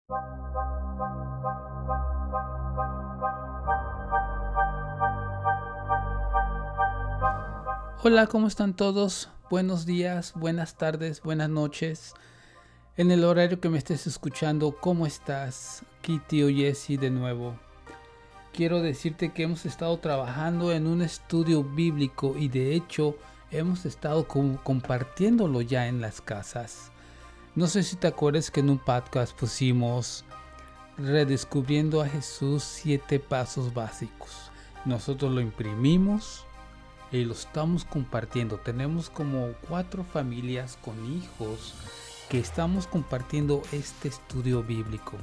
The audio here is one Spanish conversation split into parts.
Hola, ¿cómo están todos? Buenos días, buenas tardes, buenas noches. En el horario que me estés escuchando, ¿cómo estás? Aquí tío Jesse de nuevo. Quiero decirte que hemos estado trabajando en un estudio bíblico y de hecho hemos estado compartiéndolo ya en las casas. No sé si te acuerdas que en un podcast pusimos Redescubriendo a Jesús 7 pasos básicos. Nosotros lo imprimimos y lo estamos compartiendo. Tenemos como 4 familias con hijos que estamos compartiendo este estudio bíblico.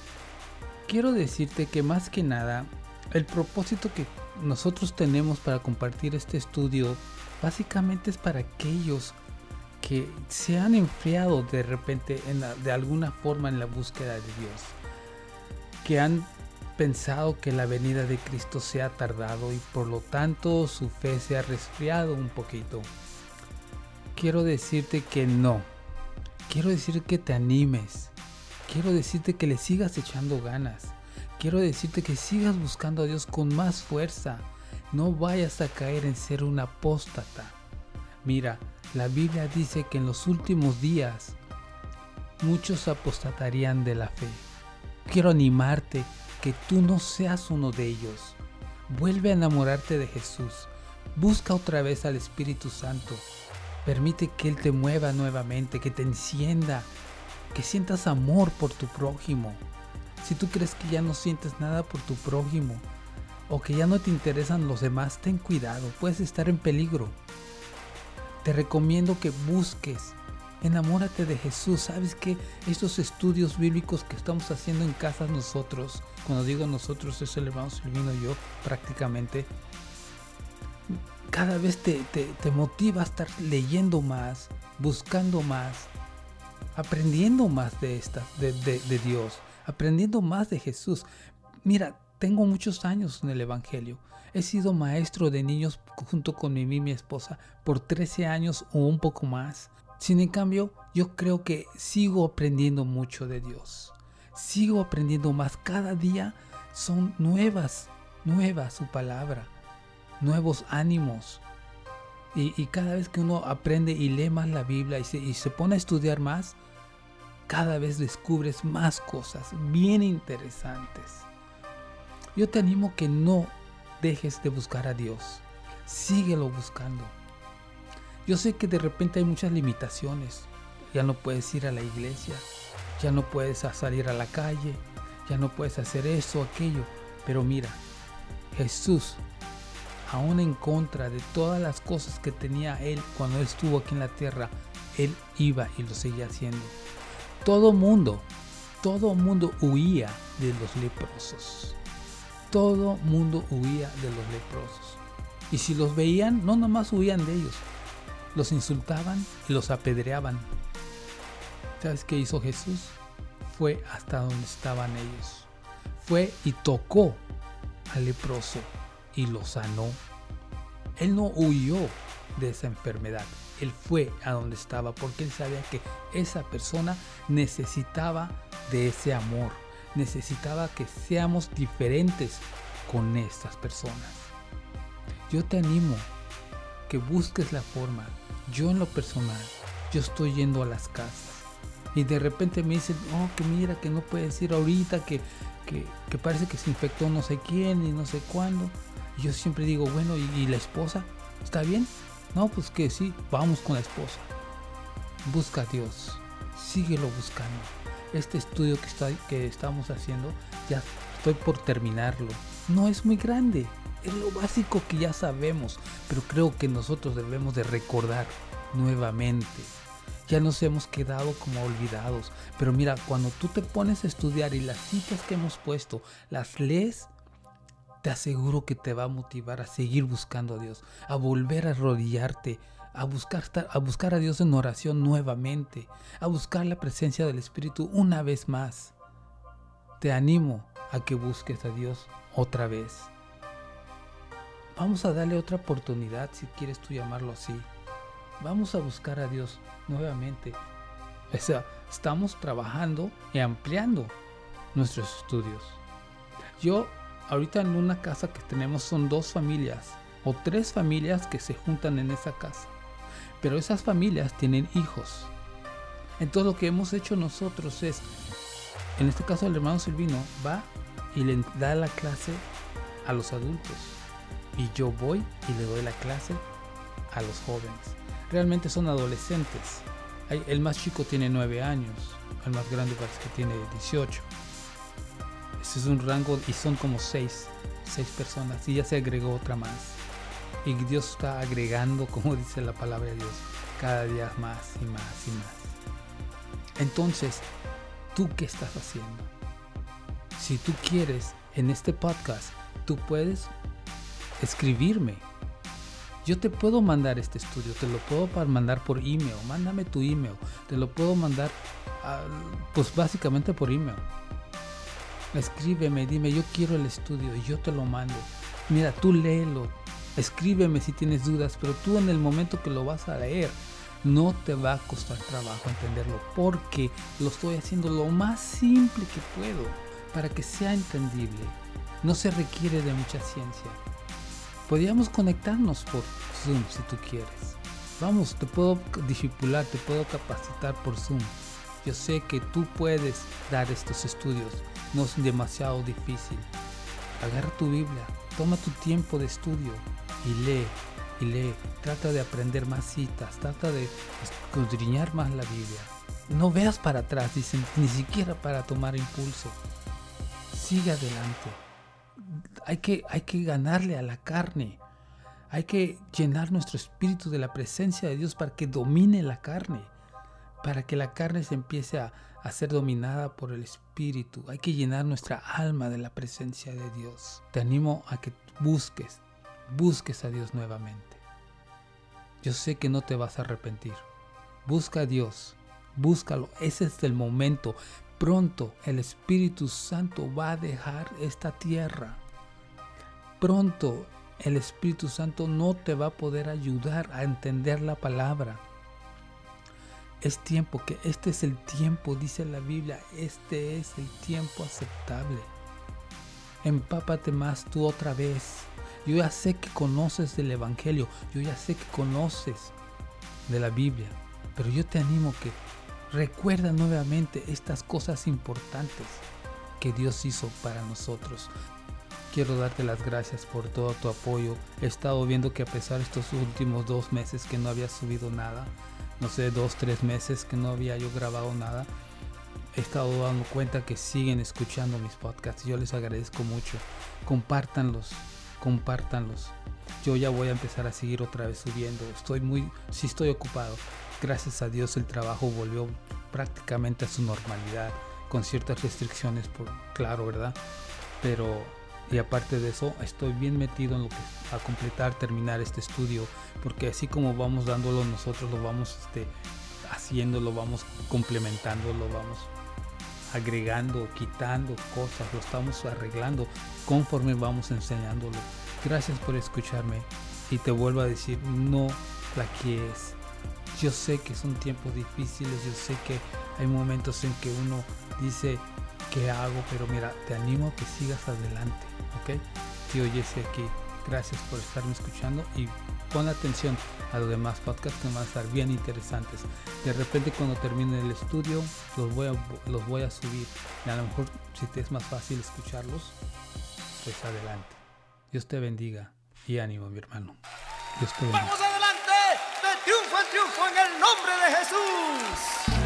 Quiero decirte que más que nada, el propósito que nosotros tenemos para compartir este estudio básicamente es para aquellos que se han enfriado de repente de alguna forma en la búsqueda de Dios, que han pensado que la venida de Cristo se ha tardado y por lo tanto su fe se ha resfriado un poquito. Quiero decirte que no. Quiero decir que te animes. Quiero decirte que le sigas echando ganas. Quiero decirte que sigas buscando a Dios con más fuerza. No vayas a caer en ser un apóstata. Mira, la Biblia dice que en los últimos días muchos apostatarían de la fe. Quiero animarte que tú no seas uno de ellos. Vuelve a enamorarte de Jesús. Busca otra vez al Espíritu Santo. Permite que Él te mueva nuevamente, que te encienda, que sientas amor por tu prójimo. Si tú crees que ya no sientes nada por tu prójimo o que ya no te interesan los demás, ten cuidado, puedes estar en peligro. Te recomiendo que busques, enamórate de Jesús. ¿Sabes qué? Estos estudios bíblicos que estamos haciendo en casa nosotros, cuando digo nosotros es el hermano Silvino y yo prácticamente, cada vez te motiva a estar leyendo más, buscando más, aprendiendo más de Dios, aprendiendo más de Jesús. Mira, tengo muchos años en el Evangelio. He sido maestro de niños junto con mi esposa por 13 años o un poco más. Sin en cambio, yo creo que sigo aprendiendo mucho de Dios. Sigo aprendiendo más. Cada día son nuevas su palabra, nuevos ánimos. Y cada vez que uno aprende y lee más la Biblia y se pone a estudiar más, cada vez descubres más cosas bien interesantes. Yo te animo que no dejes de buscar a Dios. Síguelo buscando. Yo sé que de repente hay muchas limitaciones. Ya no puedes ir a la iglesia, ya no puedes salir a la calle, ya no puedes hacer eso o aquello. Pero mira, Jesús, aún en contra de todas las cosas que tenía Él cuando Él estuvo aquí en la tierra, Él iba y lo seguía haciendo. Todo mundo huía de los leprosos. Todo mundo huía de los leprosos. Y si los veían, no nomás huían de ellos, los insultaban y los apedreaban. ¿Sabes qué hizo Jesús? Fue hasta donde estaban ellos. Fue y tocó al leproso y lo sanó. Él no huyó de esa enfermedad. Él fue a donde estaba porque él sabía que esa persona necesitaba de ese amor. Necesitaba que seamos diferentes con estas personas. Yo te animo que busques la forma. Yo en lo personal, yo estoy yendo a las casas y de repente me dicen, que mira que no puedes ir ahorita, que parece que se infectó no sé quién y no sé cuándo. Y yo siempre digo, bueno, ¿y la esposa? ¿Está bien? No, pues que sí, vamos con la esposa. Busca a Dios, síguelo buscando. Este estudio que estamos haciendo, ya estoy por terminarlo. No es muy grande, es lo básico que ya sabemos, pero creo que nosotros debemos de recordar nuevamente. Ya nos hemos quedado como olvidados, pero mira, cuando tú te pones a estudiar y las citas que hemos puesto, las lees, te aseguro que te va a motivar a seguir buscando a Dios, a volver a arrodillarte, a buscar a Dios en oración nuevamente, a buscar la presencia del Espíritu una vez más. Te animo a que busques a Dios otra vez. Vamos a darle otra oportunidad, si quieres tú llamarlo así. Vamos a buscar a Dios nuevamente. O sea, estamos trabajando y ampliando nuestros estudios. Yo ahorita en una casa que tenemos son 2 familias o 3 familias que se juntan en esa casa, pero esas familias tienen hijos. Entonces lo que hemos hecho nosotros es, en este caso el hermano Silvino va y le da la clase a los adultos y yo voy y le doy la clase a los jóvenes. Realmente son adolescentes. El más chico tiene 9 años, el más grande parece que tiene 18. Ese es un rango y son como 6 personas y ya se agregó otra más. Y Dios está agregando, como dice la palabra de Dios, cada día más y más y más. Entonces, ¿tú qué estás haciendo? Si tú quieres, en este podcast, tú puedes escribirme. Yo te puedo mandar este estudio, te lo puedo mandar por email. Mándame tu email. Te lo puedo mandar, pues básicamente por email. Escríbeme, dime, yo quiero el estudio y yo te lo mando. Mira, tú léelo. Escríbeme si tienes dudas, pero tú en el momento que lo vas a leer, no te va a costar trabajo entenderlo, porque lo estoy haciendo lo más simple que puedo para que sea entendible. No se requiere de mucha ciencia. Podríamos conectarnos por Zoom si tú quieres. Vamos, te puedo discipular, te puedo capacitar por Zoom. Yo sé que tú puedes dar estos estudios, no es demasiado difícil. Agarra tu Biblia, toma tu tiempo de estudio y lee. Trata de aprender más citas, trata de escudriñar más la Biblia. No veas para atrás, dicen, ni siquiera para tomar impulso. Sigue adelante. Hay que ganarle a la carne. Hay que llenar nuestro espíritu de la presencia de Dios para que domine la carne. Para que la carne se empiece a ser dominada por el espíritu. Hay que llenar nuestra alma de la presencia de Dios. Te animo a que busques a Dios nuevamente. Yo sé que no te vas a arrepentir. Busca a Dios. Búscalo. Ese es el momento. Pronto el Espíritu Santo va a dejar esta tierra. Pronto el Espíritu Santo no te va a poder ayudar a entender la palabra. Es tiempo, que este es el tiempo, dice la Biblia, este es el tiempo aceptable. Empápate más tú otra vez. Yo ya sé que conoces del Evangelio, yo ya sé que conoces de la Biblia, pero yo te animo que recuerda nuevamente estas cosas importantes que Dios hizo para nosotros. Quiero darte las gracias por todo tu apoyo. He estado viendo que a pesar de estos últimos 2 meses que no había subido nada, 2-3 meses que no había yo grabado nada, he estado dando cuenta que siguen escuchando mis podcasts. Yo les agradezco mucho. Compártanlos. Yo ya voy a empezar a seguir otra vez subiendo. Estoy ocupado. Gracias a Dios el trabajo volvió prácticamente a su normalidad, con ciertas restricciones, claro, ¿verdad? Y aparte de eso, estoy bien metido en lo que a terminar este estudio, porque así como vamos dándolo nosotros, lo vamos haciendo, lo vamos complementando, lo vamos agregando, quitando cosas, lo estamos arreglando conforme vamos enseñándolo. Gracias por escucharme y te vuelvo a decir, no flaquees. Yo sé que son tiempos difíciles, yo sé que hay momentos en que uno dice, ¿qué hago? Pero mira, te animo a que sigas adelante, ¿ok? Tío Jesse aquí, gracias por estarme escuchando y pon atención a los demás podcasts que van a estar bien interesantes. De repente cuando termine el estudio los voy a subir y a lo mejor si te es más fácil escucharlos, pues adelante. Dios te bendiga y ánimo, mi hermano. Dios te bendiga. ¡Vamos adelante! ¡De triunfo en triunfo en el nombre de Jesús!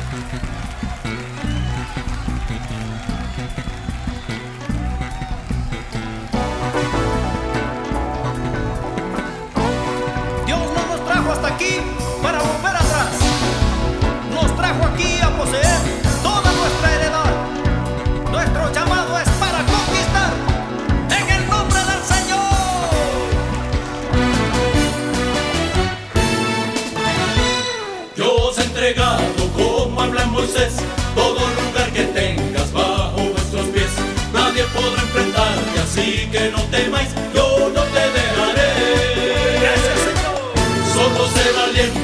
Hasta aquí para volver atrás. Nos trajo aquí a poseer toda nuestra heredad. Nuestro llamado es para conquistar en el nombre del Señor. Yo os he entregado, como habla Moisés, todo lugar que tengas bajo vuestros pies. Nadie podrá enfrentarte, así que no temáis, yo no te dejaré. Gracias, Señor. Solo sé valiente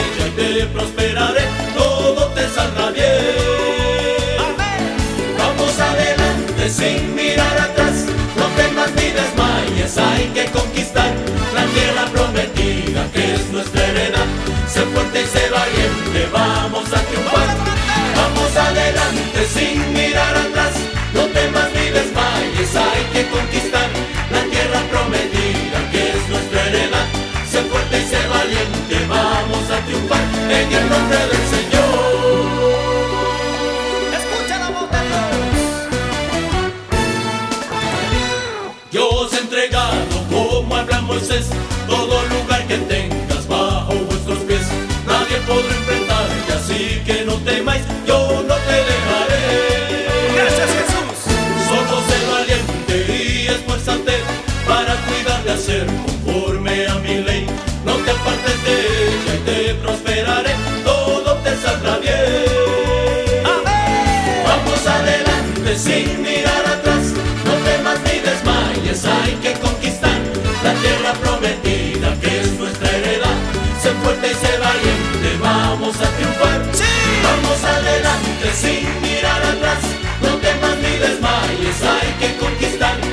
ella y te prosperaré, todo te saldrá bien. Vamos adelante sin mirar atrás, no temas ni desmayes, hay que conquistar la tierra prometida que es nuestra heredad. Sé fuerte y sé valiente, vamos a triunfar. Vamos adelante sin mirar atrás, no temas ni desmayes, hay que conquistar la tierra prometida que es nuestra heredad. Sé fuerte y sé valiente, vamos a triunfar en el nombre del Señor. Escucha la voz de Dios. Dios ha entregado, como habla Moisés, todo lugar que tengas bajo vuestros pies. Nadie podrá enfrentarte, así que no temáis, yo no te dejaré. Gracias, Jesús. Solo sé valiente y esfuérzate para cuidar de hacer conforme a mi ley. No te apartes de ella y te prosperaré, todo te saldrá bien. Amén. Vamos adelante sin mirar atrás, no temas ni desmayes, hay que conquistar la tierra prometida que es nuestra heredad. Sé fuerte y sé valiente, vamos a triunfar. Sí. Vamos adelante sin mirar atrás, no temas ni desmayes, hay que conquistar